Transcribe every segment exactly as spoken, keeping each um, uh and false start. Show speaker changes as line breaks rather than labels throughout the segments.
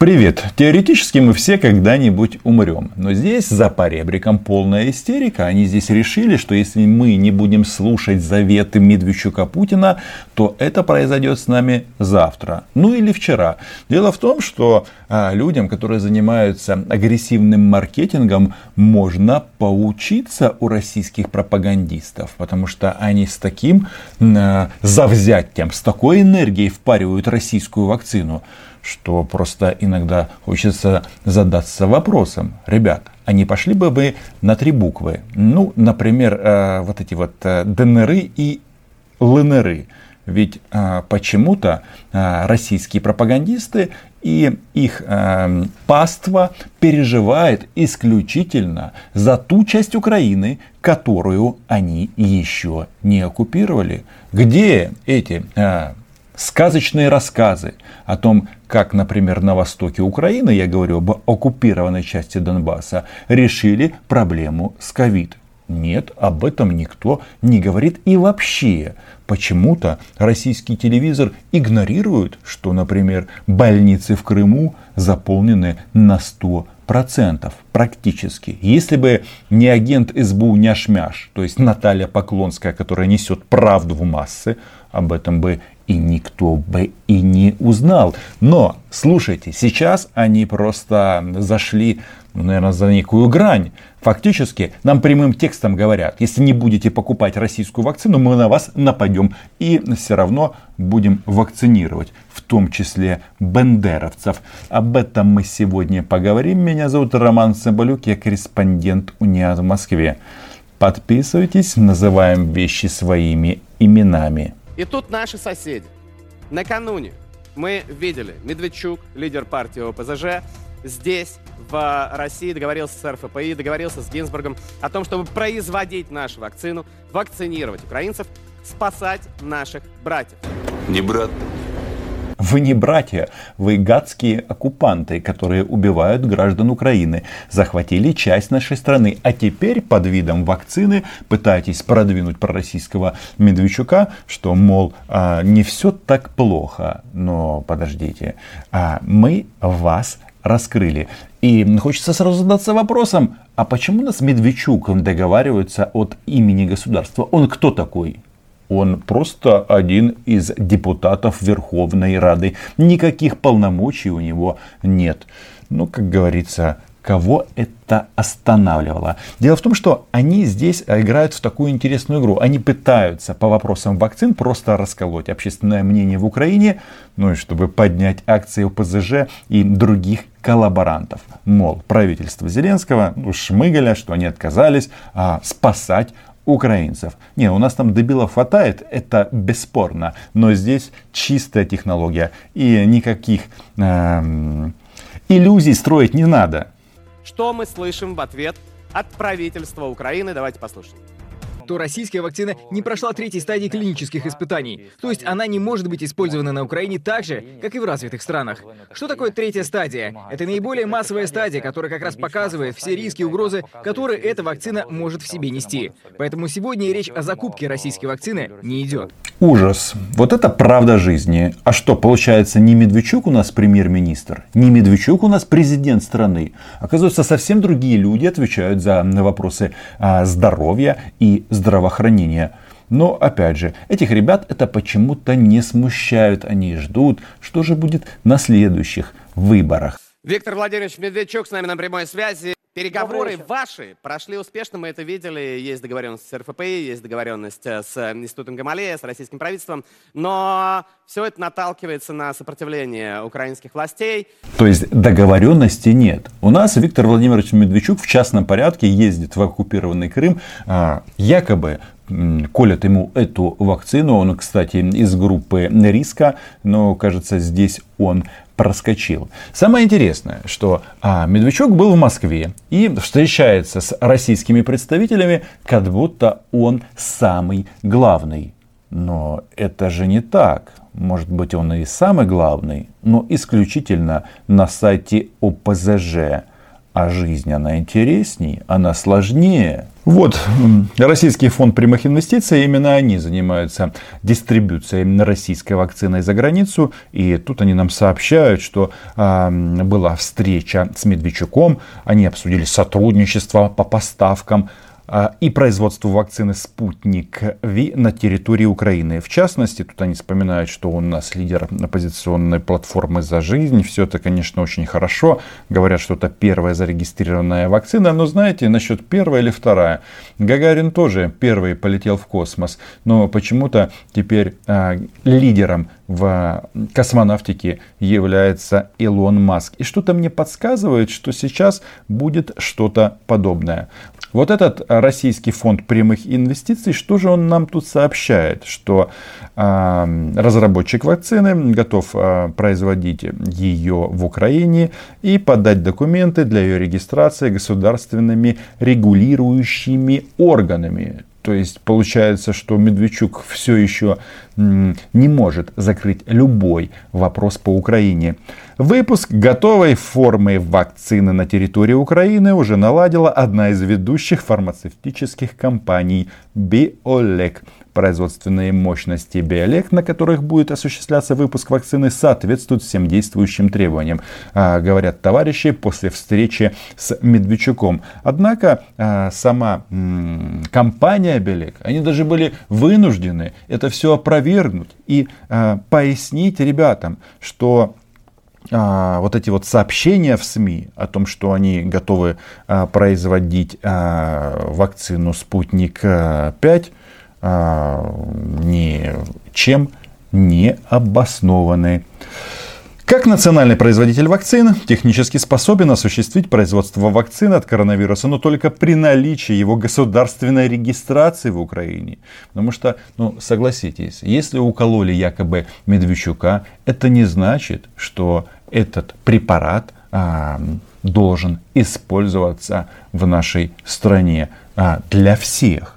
Привет! Теоретически мы все когда-нибудь умрем. Но здесь за поребриком полная истерика. Они здесь решили, что если мы не будем слушать заветы Медведчука Путина, то это произойдет с нами завтра. Ну или вчера. Дело в том, что а, людям, которые занимаются агрессивным маркетингом, можно поучиться у российских пропагандистов. Потому что они с таким а, завзятием, с такой энергией впаривают российскую вакцину, что просто иногда хочется задаться вопросом: ребят, а не пошли бы вы на три буквы? Ну, например, э, вот эти вот э, ДНРы и ЛНРы. Ведь э, почему-то э, российские пропагандисты и их э, паства переживает исключительно за ту часть Украины, которую они еще не оккупировали. Где эти э, сказочные рассказы о том, как, например, на востоке Украины, я говорю об оккупированной части Донбасса, решили проблему с ковид? Нет, об этом никто не говорит. И вообще, почему-то российский телевизор игнорирует, что, например, больницы в Крыму заполнены на сто процентов практически. Если бы не агент СБУ Няшмяш, то есть Наталья Поклонская, которая несет правду в массы, об этом бы и никто бы и не узнал. Но, слушайте, сейчас они просто зашли, ну, наверное, за некую грань. Фактически нам прямым текстом говорят: если не будете покупать российскую вакцину, мы на вас нападем и все равно будем вакцинировать, в том числе бендеровцев. Об этом мы сегодня поговорим. Меня зовут Роман Цымбалюк, я корреспондент УНИА в Москве. Подписывайтесь, называем вещи своими именами.
И тут наши соседи. Накануне мы видели, Медведчук, лидер партии ОПЗЖ, здесь, в России, договорился с РФПИ, договорился с Гинзбургом о том, чтобы производить нашу вакцину, вакцинировать украинцев, спасать наших братьев.
Не брат.
Вы не братья, вы гадские оккупанты, которые убивают граждан Украины, захватили часть нашей страны, а теперь под видом вакцины пытаетесь продвинуть пророссийского Медведчука, что, мол, не все так плохо. Но подождите, мы вас раскрыли. И хочется сразу задаться вопросом: а почему нас Медведчук договаривается от имени государства? Он кто такой? Он просто один из депутатов Верховной Рады. Никаких полномочий у него нет. Ну, как говорится, кого это останавливало? Дело в том, что они здесь играют в такую интересную игру. Они пытаются по вопросам вакцин просто расколоть общественное мнение в Украине, ну и чтобы поднять акции ОПЗЖ и других коллаборантов. Мол, правительство Зеленского, ну, Шмыгаля, что они отказались а, спасать украинцев. Не, у нас там дебилов хватает, это бесспорно. Но здесь чистая технология. И никаких эм, иллюзий строить не надо.
Что мы слышим в ответ от правительства Украины? Давайте послушаем.
То российская вакцина не прошла третьей стадии клинических испытаний. То есть она не может быть использована на Украине так же, как и в развитых странах. Что такое третья стадия? Это наиболее массовая стадия, которая как раз показывает все риски и угрозы, которые эта вакцина может в себе нести. Поэтому сегодня речь о закупке российской вакцины не идет.
Ужас. Вот это правда жизни. А что, получается, не Медведчук у нас премьер-министр? Не Медведчук у нас президент страны? Оказывается, совсем другие люди отвечают за вопросы а, здоровья и здравоохранения. Но, опять же, этих ребят это почему-то не смущают. Они ждут, что же будет на следующих выборах.
Виктор Владимирович Медведчук с нами на прямой связи. Переговоры ваши прошли успешно, мы это видели. Есть договоренность с РФПИ, есть договоренность с Институтом Гамалея, с российским правительством. Но все это наталкивается на сопротивление украинских властей.
То есть договоренности нет. У нас Виктор Владимирович Медведчук в частном порядке ездит в оккупированный Крым. Якобы колят ему эту вакцину. Он, кстати, из группы риска, но, кажется, здесь он проскочил. Самое интересное, что а, Медведчук был в Москве и встречается с российскими представителями, как будто он самый главный. Но это же не так. Может быть, он и самый главный, но исключительно на сайте ОПЗЖ. А жизнь, она интересней, она сложнее. Вот, Российский фонд прямых инвестиций, именно они занимаются дистрибуцией российской вакцины за границу. И тут они нам сообщают, что э, была встреча с Медведчуком, они обсудили сотрудничество по поставкам и производству вакцины «Спутник Ви» на территории Украины. В частности, тут они вспоминают, что у нас лидер оппозиционной платформы «За жизнь». Все это, конечно, очень хорошо. Говорят, что это первая зарегистрированная вакцина. Но знаете, насчет первая или вторая. Гагарин тоже первый полетел в космос. Но почему-то теперь э, лидером в космонавтике является Илон Маск. И что-то мне подсказывает, что сейчас будет что-то подобное. Вот этот Российский фонд прямых инвестиций, что же он нам тут сообщает? Что э, разработчик вакцины готов э, производить ее в Украине и подать документы для ее регистрации государственными регулирующими органами. То есть получается, что Медведчук все еще не может закрыть любой вопрос по Украине. Выпуск готовой формы вакцины на территории Украины уже наладила одна из ведущих фармацевтических компаний Биолек. Производственные мощности Биолек, на которых будет осуществляться выпуск вакцины, соответствуют всем действующим требованиям, говорят товарищи после встречи с Медведчуком. Однако сама компания Биолек, они даже были вынуждены это все опровергнуть и пояснить ребятам, что вот эти вот сообщения в СМИ о том, что они готовы производить вакцину «Спутник пять», ничем не обоснованы. Как национальный производитель вакцин технически способен осуществить производство вакцины от коронавируса, но только при наличии его государственной регистрации в Украине. Потому что, ну, согласитесь, если укололи якобы Медведчука, это не значит, что этот препарат а, должен использоваться в нашей стране а, для всех.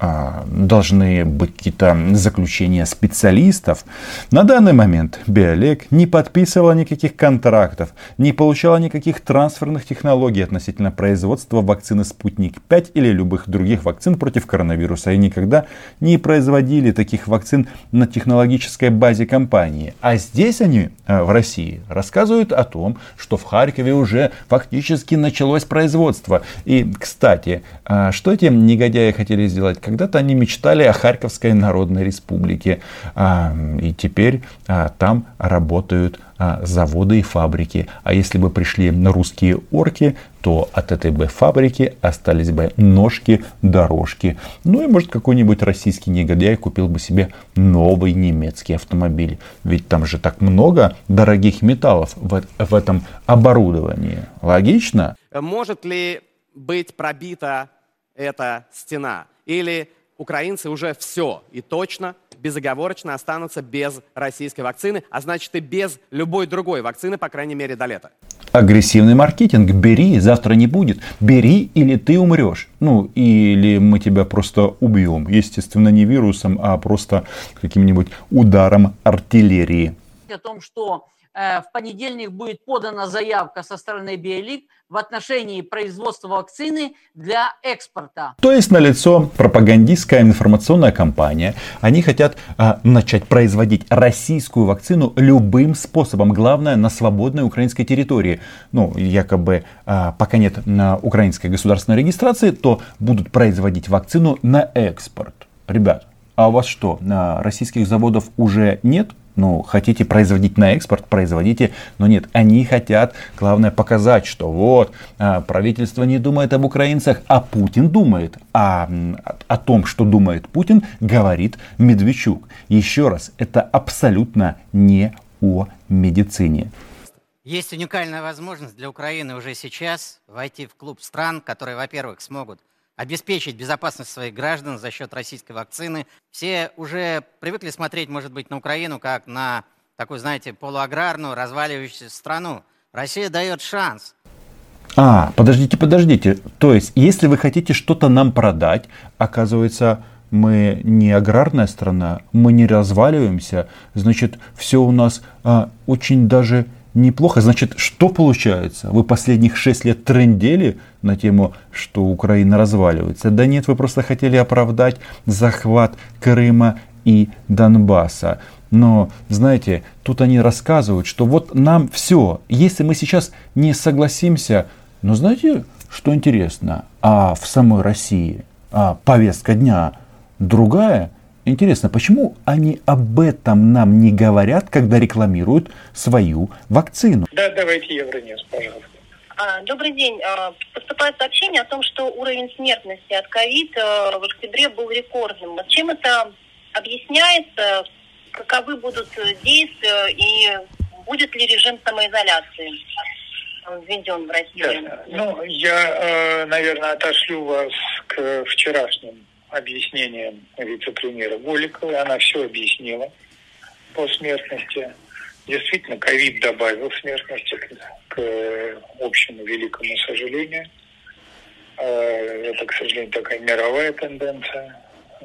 Должны быть какие-то заключения специалистов. На данный момент Биолек не подписывала никаких контрактов, не получала никаких трансферных технологий относительно производства вакцины «Спутник пять» или любых других вакцин против коронавируса. И никогда не производили таких вакцин на технологической базе компании. А здесь они, в России, рассказывают о том, что в Харькове уже фактически началось производство. И, кстати, что эти негодяи хотели сделать? Когда-то они мечтали о Харьковской Народной Республике. И теперь там работают заводы и фабрики. А если бы пришли русские орки, то от этой бы фабрики остались бы ножки, дорожки. Ну и может какой-нибудь российский негодяй купил бы себе новый немецкий автомобиль. Ведь там же так много дорогих металлов в, в этом оборудовании. Логично?
Может ли быть пробита эта стена? Или украинцы уже все и точно, безоговорочно останутся без российской вакцины, а значит и без любой другой вакцины, по крайней мере, до лета?
Агрессивный маркетинг. Бери, завтра не будет. Бери, или ты умрешь. Ну, или мы тебя просто убьем. Естественно, не вирусом, а просто каким-нибудь ударом артиллерии.
О том, что э, в понедельник будет подана заявка со стороны Биолек в отношении производства вакцины для экспорта.
То есть налицо пропагандистская информационная кампания. Они хотят а, начать производить российскую вакцину любым способом. Главное, на свободной украинской территории. Ну, якобы, а, пока нет а, украинской государственной регистрации, то будут производить вакцину на экспорт. Ребят, а у вас что, а, российских заводов уже нет? Ну, хотите производить на экспорт, производите. Но нет, они хотят, главное, показать, что вот, правительство не думает об украинцах, а Путин думает. А о том, что думает Путин, говорит Медведчук. Еще раз, это абсолютно не о медицине.
Есть уникальная возможность для Украины уже сейчас войти в клуб стран, которые, во-первых, смогут обеспечить безопасность своих граждан за счет российской вакцины. Все уже привыкли смотреть, может быть, на Украину как на такую, знаете, полуаграрную, разваливающуюся страну. Россия дает шанс.
А, подождите, подождите. То есть, если вы хотите что-то нам продать, оказывается, мы не аграрная страна, мы не разваливаемся, значит, все у нас а, очень даже неплохо. Значит, что получается? Вы последних шесть лет трындели на тему, что Украина разваливается? Да нет, вы просто хотели оправдать захват Крыма и Донбасса. Но, знаете, тут они рассказывают, что вот нам все, если мы сейчас не согласимся, но знаете, что интересно? А в самой России а повестка дня другая. Интересно, почему они об этом нам не говорят, когда рекламируют свою вакцину?
Да, давайте Евроньюс, пожалуйста.
Добрый день. Поступает сообщение о том, что уровень смертности от ковид в октябре был рекордным. С чем это объясняется? Каковы будут действия и будет ли режим самоизоляции введен в России?
Ясно. Ну, я, наверное, отошлю вас к вчерашним объяснениям вице-премьера Голиковой. Она все объяснила по смертности. Действительно, ковид добавил смертности к, к общему великому сожалению. Это, к сожалению, такая мировая тенденция.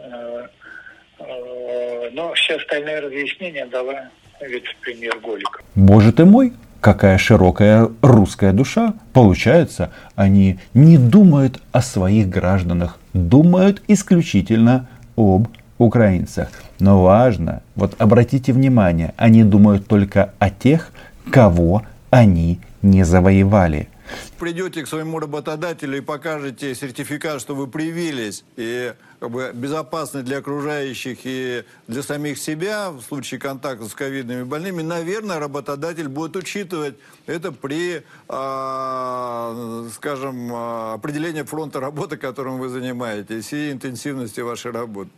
Но все остальные разъяснения дала вице-премьер Голикова.
Боже ты мой, какая широкая русская душа. Получается, они не думают о своих гражданах, думают исключительно об украинцах. Но важно, вот обратите внимание, они думают только о тех, кого они не завоевали.
Придете к своему работодателю и покажете сертификат, что вы привились, и как бы безопасны для окружающих и для самих себя в случае контакта с ковидными больными, наверное, работодатель будет учитывать это при, э, скажем, определении фронта работы, которым вы занимаетесь, и интенсивности вашей работы.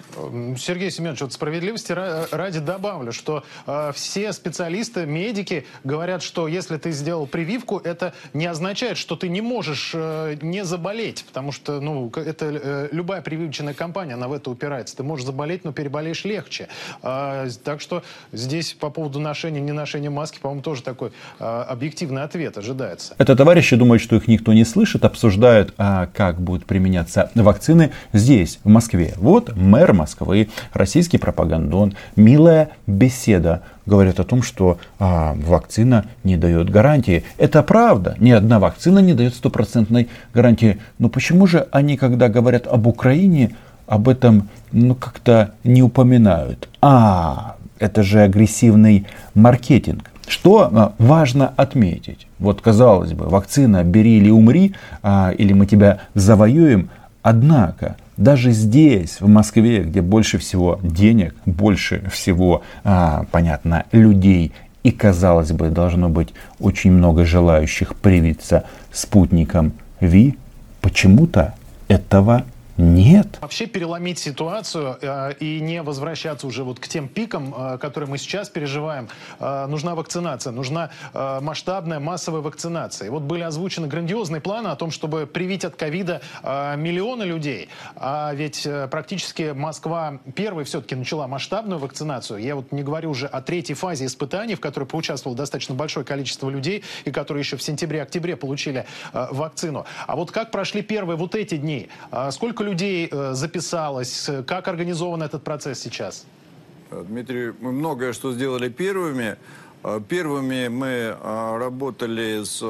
Сергей Семенович, вот справедливости ради добавлю, что э, все специалисты, медики говорят, что если ты сделал прививку, это не означает, что ты не можешь э, не заболеть, потому что, ну, это э, любая прививочная кампания, она в это упирается. Ты можешь заболеть, но переболеешь легче. Э, так что здесь по поводу ношения, не ношения маски, по-моему, тоже такой э, объективный ответ ожидается.
Это товарищи думают, что их никто не слышит, обсуждают, а как будут применяться вакцины здесь, в Москве. Вот мэр Москвы, российский пропагандон, милая беседа говорит о том, что а, вакцина не дает гарантии. Это правда. Ни одна вакцина не дает стопроцентной гарантии. Но почему же они, когда говорят об Украине, об этом ну, как-то не упоминают? А, это же агрессивный маркетинг. Что а, важно отметить. Вот, казалось бы, вакцина «бери или умри», а, или мы тебя завоюем. Однако, даже здесь, в Москве, где больше всего денег, больше всего, а, понятно, людей, и, казалось бы, должно быть очень много желающих привиться спутником Ви, почему-то этого нет.
Вообще переломить ситуацию э, и не возвращаться уже вот к тем пикам, э, которые мы сейчас переживаем, э, нужна вакцинация, нужна э, масштабная массовая вакцинация. И вот были озвучены грандиозные планы о том, чтобы привить от ковида э, миллионы людей. А ведь э, практически Москва первой все-таки начала масштабную вакцинацию. Я вот не говорю уже о третьей фазе испытаний, в которой поучаствовало достаточно большое количество людей, и которые еще в сентябре-октябре получили э, вакцину. А вот как прошли первые вот эти дни? Э, сколько людей э, записалось? Как организован этот процесс сейчас?
Дмитрий, мы многое что сделали первыми. Первыми мы работали с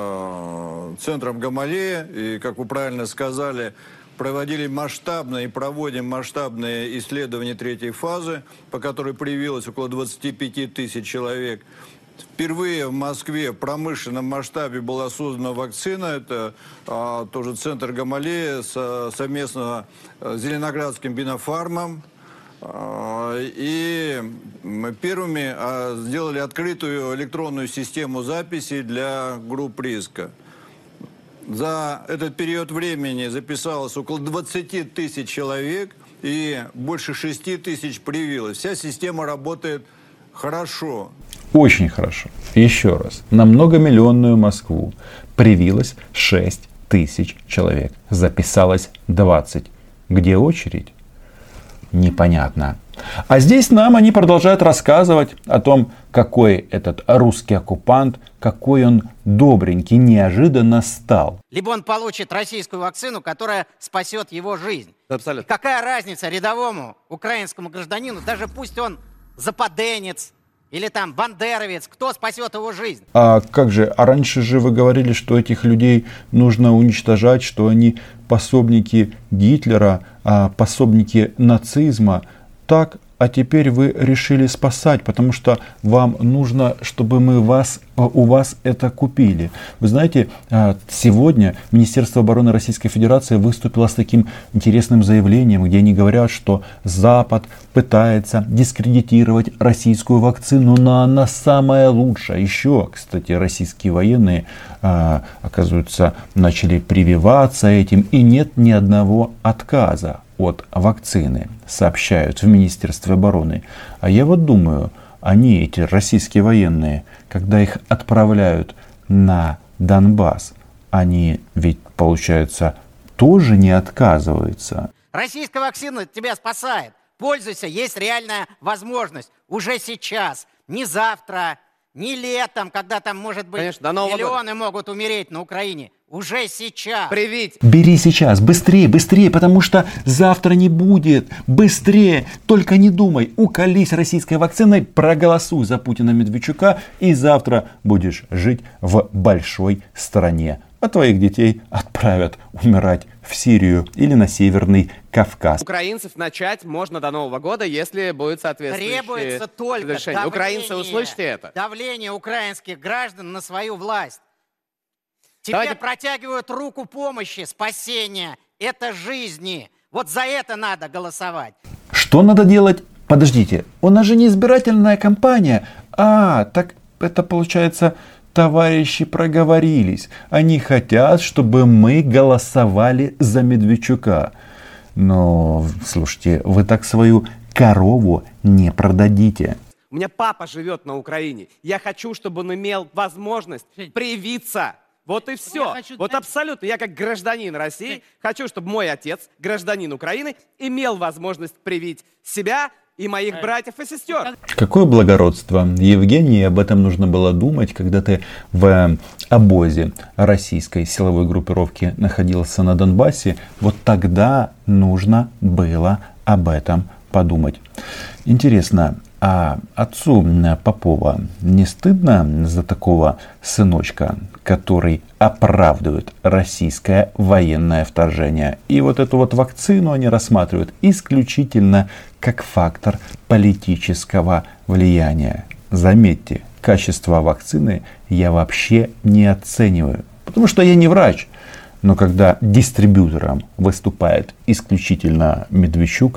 центром Гамалея, и, как вы правильно сказали, проводили масштабные и проводим масштабные исследования третьей фазы, по которой привилось около двадцати пяти тысяч человек. Впервые в Москве в промышленном масштабе была создана вакцина. Это а, тоже центр Гамалея со, совместно с Зеленоградским Бинофармом. А, и мы первыми а, сделали открытую электронную систему записи для групп риска. За этот период времени записалось около двадцати тысяч человек и больше шести тысяч привилось. Вся система работает хорошо.
Очень хорошо. Еще раз. На многомиллионную Москву привилось шесть тысяч человек. Записалось двадцать. Где очередь? Непонятно. А здесь нам они продолжают рассказывать о том, какой этот русский оккупант, какой он добренький, неожиданно стал.
Либо он получит российскую вакцину, которая спасет его жизнь.
Абсолютно.
Какая разница рядовому украинскому гражданину, даже пусть он западенец, или там бандеровец, кто спасет его жизнь?
А как же, а раньше же вы говорили, что этих людей нужно уничтожать, что они пособники Гитлера, а пособники нацизма. Так, а теперь вы решили спасать, потому что вам нужно, чтобы мы вас, у вас это купили. Вы знаете, сегодня Министерство обороны Российской Федерации выступило с таким интересным заявлением, где они говорят, что Запад пытается дискредитировать российскую вакцину, но она самая лучшая. Еще, кстати, российские военные, оказывается, начали прививаться этим, и нет ни одного отказа от вакцины, сообщают в Министерстве обороны. А я вот думаю, они, эти российские военные, когда их отправляют на Донбасс, они ведь, получается, тоже не отказываются.
Российская вакцина тебя спасает. Пользуйся, есть реальная возможность. Уже сейчас, не завтра, не летом, когда там, может быть,
Конечно, до Нового
миллионы
года.
могут умереть на Украине. Уже сейчас.
Привить.
Бери сейчас, быстрее, быстрее, потому что завтра не будет. Быстрее, только не думай. Уколись российской вакциной, проголосуй за Путина Медведчука, и завтра будешь жить в большой стране. А твоих детей отправят умирать в Сирию или на Северный Кавказ.
Украинцев начать можно до Нового года, если будет соответствующее
Требуется только
разрешение.
давление,
Украинцы, услышьте это.
давление украинских граждан на свою власть. Тебе
Давайте...
протягивают руку помощи, спасения. Это жизни. Вот за это надо голосовать.
Что надо делать? Подождите, у нас же не избирательная кампания. А, так это получается, товарищи проговорились. Они хотят, чтобы мы голосовали за Медведчука. Но, слушайте, вы так свою корову не продадите.
У меня папа живет на Украине. Я хочу, чтобы он имел возможность привиться. Вот и все. Хочу... Вот абсолютно. Я как гражданин России хочу, чтобы мой отец, гражданин Украины, имел возможность привить себя и моих братьев и сестер.
Какое благородство. Евгений, об этом нужно было думать, когда ты в обозе российской силовой группировки находился на Донбассе. Вот тогда нужно было об этом подумать. Интересно, а отцу Попова не стыдно за такого сыночка, который оправдывает российское военное вторжение? И вот эту вот вакцину они рассматривают исключительно как фактор политического влияния. Заметьте, качество вакцины я вообще не оцениваю, потому что я не врач. Но когда дистрибьютором выступает исключительно Медведчук,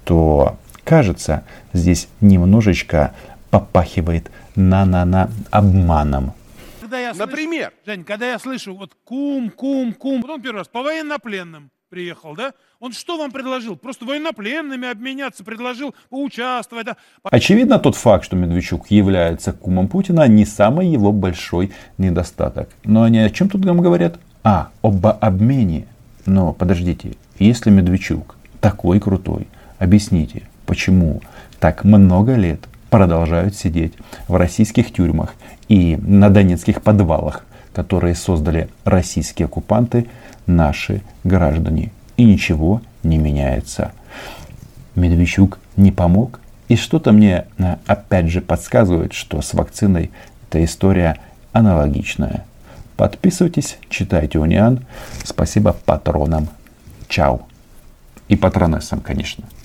то кажется, здесь немножечко попахивает на-на-на обманом.
Когда я
Например?
Слышу, Жень, когда я слышу вот кум, кум, кум, потом первый раз по военнопленным приехал, да? Он что вам предложил? Просто военнопленными обменяться, предложил поучаствовать. Да?
Очевидно, тот факт, что Медведчук является кумом Путина, не самый его большой недостаток. Но они о чем тут нам говорят? А, об обмене. Но подождите, если Медведчук такой крутой, объясните, почему так много лет продолжают сидеть в российских тюрьмах и на донецких подвалах, которые создали российские оккупанты, наши граждане. И ничего не меняется. Медведчук не помог. И что-то мне опять же подсказывает, что с вакциной эта история аналогичная. Подписывайтесь, читайте Униан. Спасибо патронам. Чао. И патронессам, конечно.